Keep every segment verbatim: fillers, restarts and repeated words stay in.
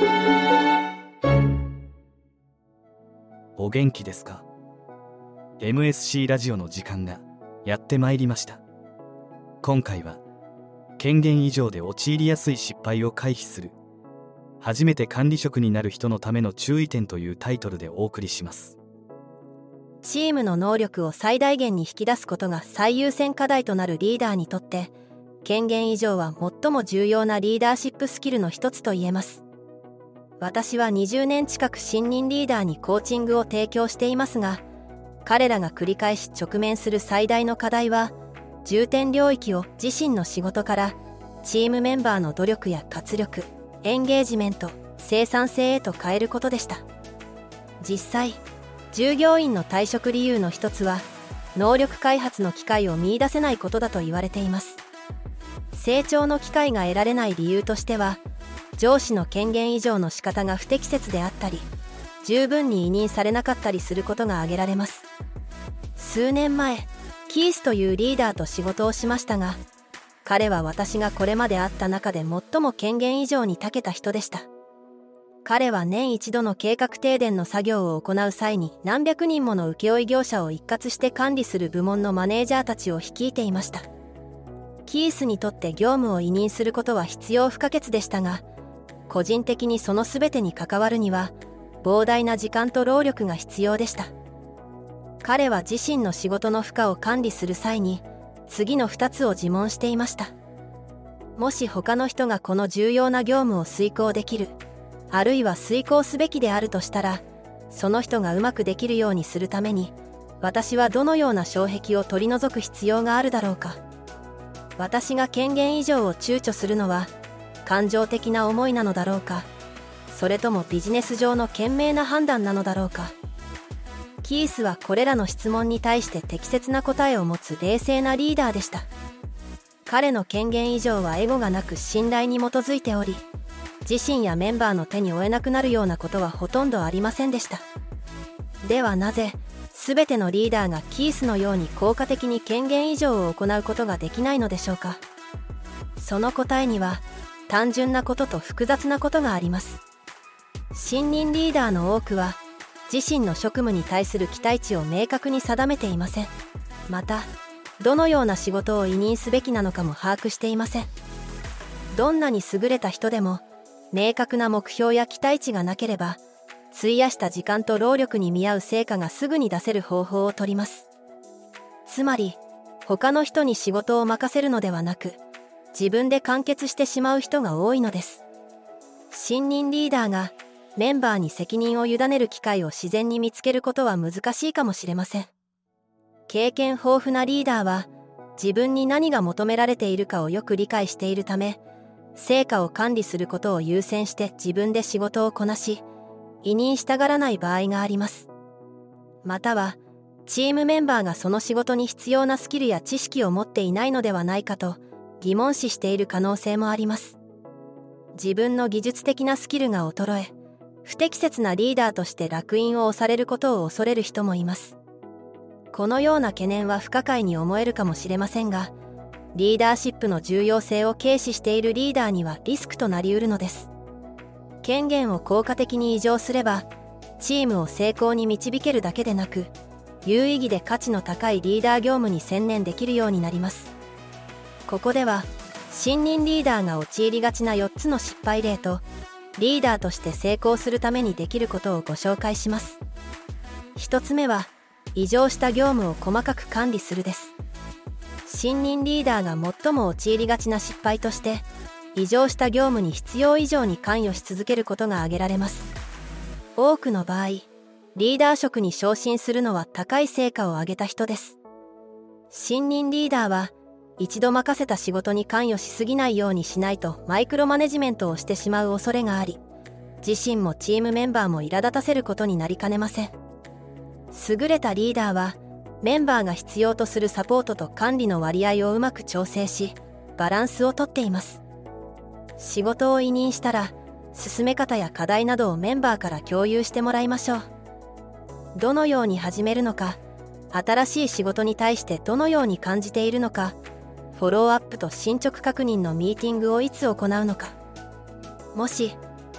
お元気ですか？ エムエスシー ラジオの時間がやってまいりました。今回は権限以上で陥りやすい失敗を回避する初めて管理職になる人のための注意点というタイトルでお送りします。 チームの能力を最大限に引き出すことが最優先課題となるリーダーにとって、権限以上は最も重要なリーダーシップスキルの一つと言えます。私はにじゅうねん近く新任リーダーにコーチングを提供していますが、彼らが繰り返し直面する最大の課題は、重点領域を自身の仕事からチームメンバーの努力や活力、エンゲージメント、生産性へと変えることでした。実際、従業員の退職理由の一つは、能力開発の機会を見出せないことだと言われています。成長の機会が得られない理由としては、上司の権限以上の仕方が不適切であったり、十分に委任されなかったりすることが挙げられます。数年前、キースというリーダーと仕事をしましたが、彼は私がこれまで会った中で最も権限以上に長けた人でした。彼は年一度の計画停電の作業を行う際に何百人もの請負業者を一括して管理する部門のマネージャーたちを率いていました。キースにとって業務を委任することは必要不可欠でしたが、個人的にその全てに関わるには膨大な時間と労力が必要でした。彼は自身の仕事の負荷を管理する際に次のふたつを自問していました。もし他の人がこの重要な業務を遂行できる、あるいは遂行すべきであるとしたら、その人がうまくできるようにするために私はどのような障壁を取り除く必要があるだろうか。私が権限以上を躊躇するのは感情的な思いなのだろうか、それともビジネス上の賢明な判断なのだろうか。キースはこれらの質問に対して適切な答えを持つ冷静なリーダーでした。彼の権限以上はエゴがなく信頼に基づいており、自身やメンバーの手に負えなくなるようなことはほとんどありませんでした。ではなぜ全てのリーダーがキースのように効果的に権限以上を行うことができないのでしょうか。その答えには単純なことと複雑なことがあります。新任リーダーの多くは自身の職務に対する期待値を明確に定めていません。また、どのような仕事を委任すべきなのかも把握していません。どんなに優れた人でも明確な目標や期待値がなければ、費やした時間と労力に見合う成果がすぐに出せる方法を取ります。つまり、他の人に仕事を任せるのではなく、自分で完結してしまう人が多いのです。新任リーダーがメンバーに責任を委ねる機会を自然に見つけることは難しいかもしれません。経験豊富なリーダーは自分に何が求められているかをよく理解しているため、成果を管理することを優先して自分で仕事をこなし、委任したがらない場合があります。または、チームメンバーがその仕事に必要なスキルや知識を持っていないのではないかと疑問視している可能性もあります。自分の技術的なスキルが衰え、不適切なリーダーとして烙印を押されることを恐れる人もいます。このような懸念は不可解に思えるかもしれませんが、リーダーシップの重要性を軽視しているリーダーにはリスクとなりうるのです。権限を効果的に移譲すれば、チームを成功に導けるだけでなく、有意義で価値の高いリーダー業務に専念できるようになります。ここでは、新任リーダーが陥りがちなよっつの失敗例と、リーダーとして成功するためにできることをご紹介します。ひとつめは、異常した業務を細かく管理するです。新任リーダーが最も陥りがちな失敗として、異常した業務に必要以上に関与し続けることが挙げられます。多くの場合、リーダー職に昇進するのは高い成果を上げた人です。新任リーダーは、一度任せた仕事に関与しすぎないようにしないとマイクロマネジメントをしてしまう恐れがあり、自身もチームメンバーも苛立たせることになりかねません。優れたリーダーは、メンバーが必要とするサポートと管理の割合をうまく調整し、バランスをとっています。仕事を委任したら、進め方や課題などをメンバーから共有してもらいましょう。どのように始めるのか、新しい仕事に対してどのように感じているのか、フォローアップと進捗確認のミーティングをいつ行うのか。もし、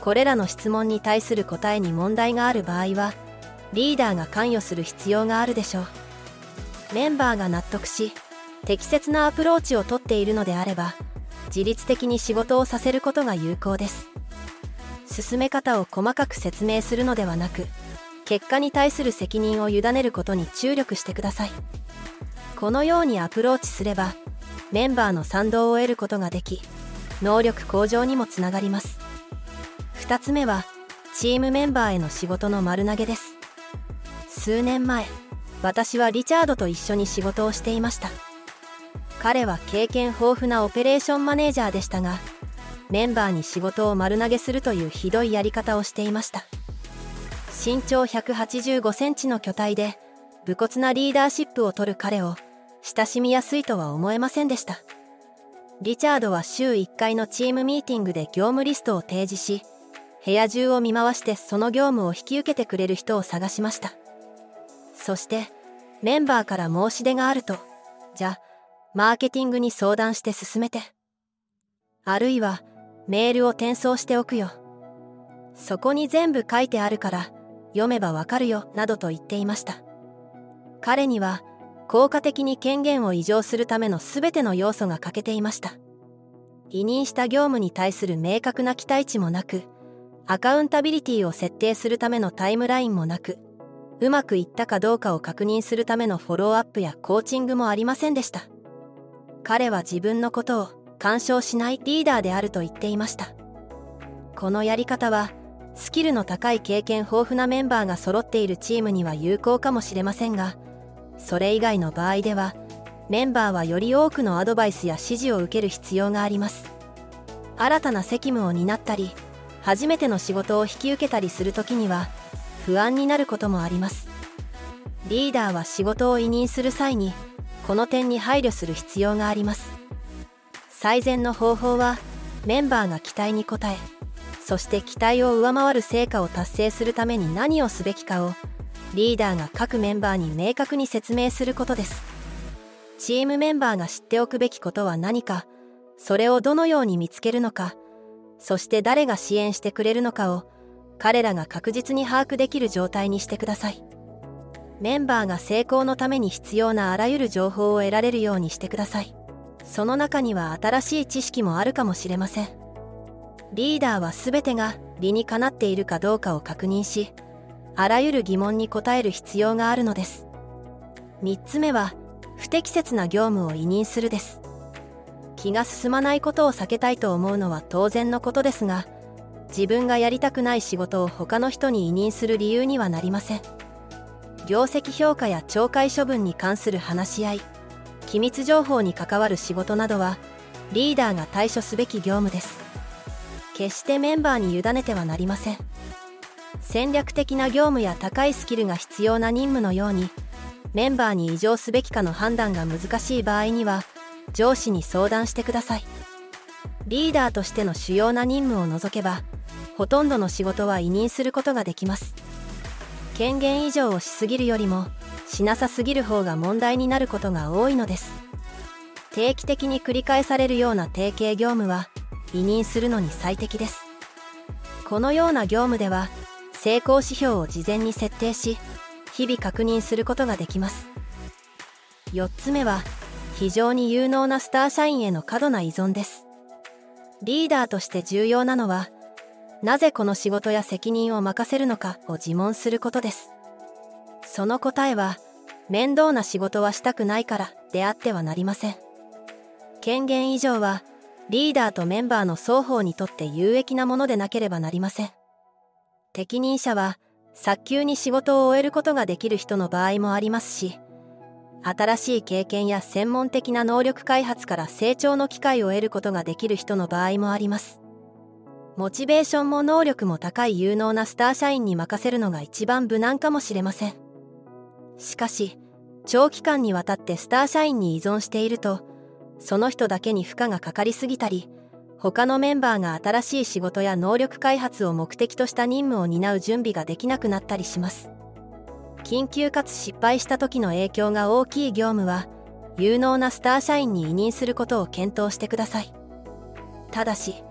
これらの質問に対する答えに問題がある場合はリーダーが関与する必要があるでしょう。メンバーが納得し適切なアプローチをとっているのであれば自律的に仕事をさせることが有効です。進め方を細かく説明するのではなく結果に対する責任を委ねることに注力してください。このようにアプローチすればメンバーの賛同を得ることができ能力向上にもつながります。ふたつめはチームメンバーへの仕事の丸投げです。数年前私はリチャードと一緒に仕事をしていました。彼は経験豊富なオペレーションマネージャーでしたがメンバーに仕事を丸投げするというひどいやり方をしていました。身長ひゃくはちじゅうごセンチの巨体で武骨なリーダーシップを取る彼を親しみやすいとは思えませんでした。リチャードは週いっかいのチームミーティングで業務リストを提示し部屋中を見回してその業務を引き受けてくれる人を探しました。そしてメンバーから申し出があるとじゃあマーケティングに相談して進めてあるいはメールを転送しておくよそこに全部書いてあるから読めばわかるよなどと言っていました。彼には効果的に権限を移譲するためのすべての要素が欠けていました。委任した業務に対する明確な期待値もなくアカウンタビリティを設定するためのタイムラインもなくうまくいったかどうかを確認するためのフォローアップやコーチングもありませんでした。彼は自分のことを干渉しないリーダーであると言っていました。このやり方はスキルの高い経験豊富なメンバーが揃っているチームには有効かもしれませんがそれ以外の場合ではメンバーはより多くのアドバイスや指示を受ける必要があります。新たな責務を担ったり初めての仕事を引き受けたりするときには不安になることもあります。リーダーは仕事を委任する際にこの点に配慮する必要があります。最善の方法はメンバーが期待に応えそして期待を上回る成果を達成するために何をすべきかをリーダーが各メンバーに明確に説明することです。チームメンバーが知っておくべきことは何か、それをどのように見つけるのか、そして誰が支援してくれるのかを彼らが確実に把握できる状態にしてください。メンバーが成功のために必要なあらゆる情報を得られるようにしてください。その中には新しい知識もあるかもしれません。リーダーは全てが理にかなっているかどうかを確認し、あらゆる疑問に答える必要があるのです。みっつめは不適切な業務を委任するです。気が進まないことを避けたいと思うのは当然のことですが、自分がやりたくない仕事を他の人に委任する理由にはなりません。業績評価や懲戒処分に関する話し合い、機密情報に関わる仕事などはリーダーが対処すべき業務です。決してメンバーに委ねてはなりません。戦略的な業務や高いスキルが必要な任務のように、メンバーに移譲すべきかの判断が難しい場合には上司に相談してください。リーダーとしての主要な任務を除けばほとんどの仕事は委任することができます。権限移譲をしすぎるよりもしなさすぎる方が問題になることが多いのです。定期的に繰り返されるような定型業務は委任するのに最適です。このような業務では成功指標を事前に設定し日々確認することができます。よっつめは非常に有能なスター社員への過度な依存です。リーダーとして重要なのはなぜこの仕事や責任を任せるのかを自問することです。その答えは面倒な仕事はしたくないからであってはなりません。権限移譲はリーダーとメンバーの双方にとって有益なものでなければなりません。適任者は早急に仕事を終えることができる人の場合もありますし、新しい経験や専門的な能力開発から成長の機会を得ることができる人の場合もあります。モチベーションも能力も高い有能なスター社員に任せるのが一番無難かもしれません。しかし、長期間にわたってスター社員に依存していると、その人だけに負荷がかかりすぎたり、他のメンバーが新しい仕事や能力開発を目的とした任務を担う準備ができなくなったりします。緊急かつ失敗した時の影響が大きい業務は、有能なスター社員に委任することを検討してください。ただし、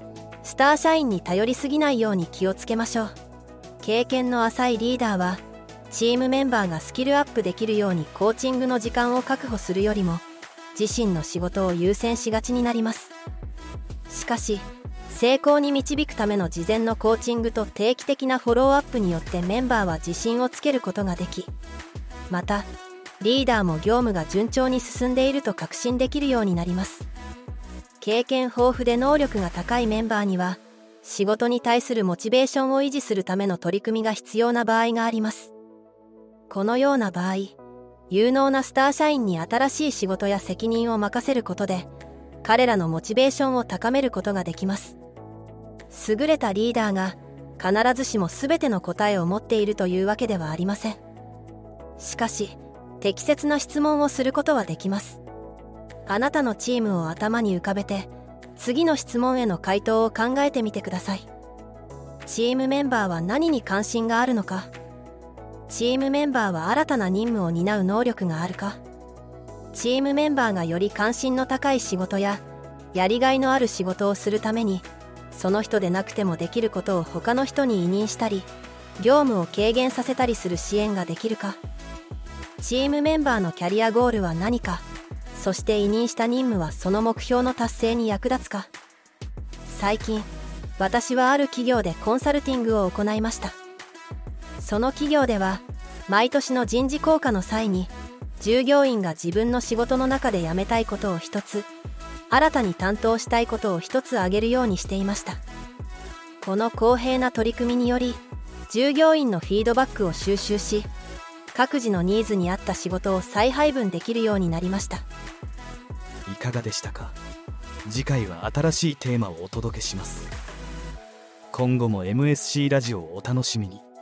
スター社員に頼りすぎないように気をつけましょう。経験の浅いリーダーはチームメンバーがスキルアップできるようにコーチングの時間を確保するよりも自身の仕事を優先しがちになります。しかし成功に導くための事前のコーチングと定期的なフォローアップによってメンバーは自信をつけることができ、またリーダーも業務が順調に進んでいると確信できるようになります。経験豊富で能力が高いメンバーには仕事に対するモチベーションを維持するための取り組みが必要な場合があります。このような場合、有能なスター社員に新しい仕事や責任を任せることで彼らのモチベーションを高めることができます。優れたリーダーが必ずしも全ての答えを持っているというわけではありません。しかし適切な質問をすることはできます。あなたのチームを頭に浮かべて次の質問への回答を考えてみてください。チームメンバーは何に関心があるのか。チームメンバーは新たな任務を担う能力があるか。チームメンバーがより関心の高い仕事ややりがいのある仕事をするためにその人でなくてもできることを他の人に委任したり業務を軽減させたりする支援ができるか。チームメンバーのキャリアゴールは何か。そして委任した任務はその目標の達成に役立つか。最近私はある企業でコンサルティングを行いました。その企業では毎年の人事考課の際に従業員が自分の仕事の中でやめたいことを一つ、新たに担当したいことを一つ挙げるようにしていました。この公平な取り組みにより従業員のフィードバックを収集し各自のニーズに合った仕事を再配分できるようになりました。 いかがでしたか。次回は新しいテーマをお届けします。今後も エムエスシー ラジオをお楽しみに。